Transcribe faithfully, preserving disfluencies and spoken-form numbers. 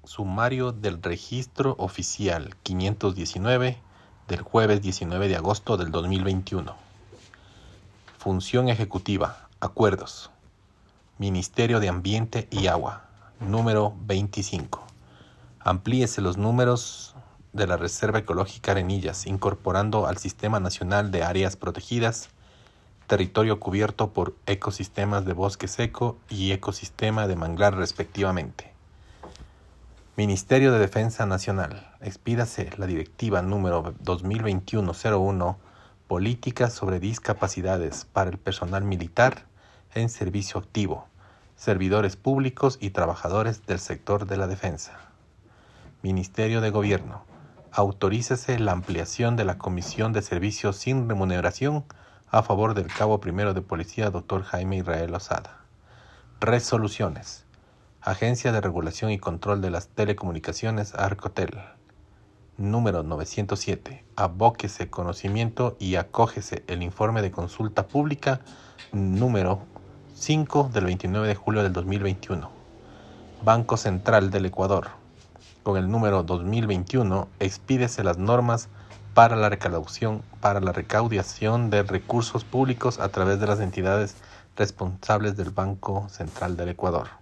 Sumario del Registro Oficial quinientos diecinueve del jueves diecinueve de agosto del dos mil veintiuno. Función ejecutiva. Acuerdos. Ministerio de Ambiente y Agua. Número veinticinco. Amplíese los números de la Reserva Ecológica Arenillas, incorporando al Sistema Nacional de Áreas Protegidas, territorio cubierto por ecosistemas de bosque seco y ecosistema de manglar respectivamente. Ministerio de Defensa Nacional. Expídase la Directiva número dos mil veintiuno cero uno, Políticas sobre discapacidades para el personal militar en servicio activo, servidores públicos y trabajadores del sector de la defensa. Ministerio de Gobierno. Autorícese la ampliación de la Comisión de Servicios sin remuneración a favor del Cabo Primero de Policía doctor Jaime Israel Lozada. Resoluciones. Agencia de Regulación y Control de las Telecomunicaciones Arcotel. Número novecientos siete. Abóquese conocimiento y acógese el informe de consulta pública número cinco del veintinueve de julio del dos mil veintiuno. Banco Central del Ecuador. Con el número dos mil veintiuno expídese las normas para la recaudación, para la recaudación de recursos públicos a través de las entidades responsables del Banco Central del Ecuador.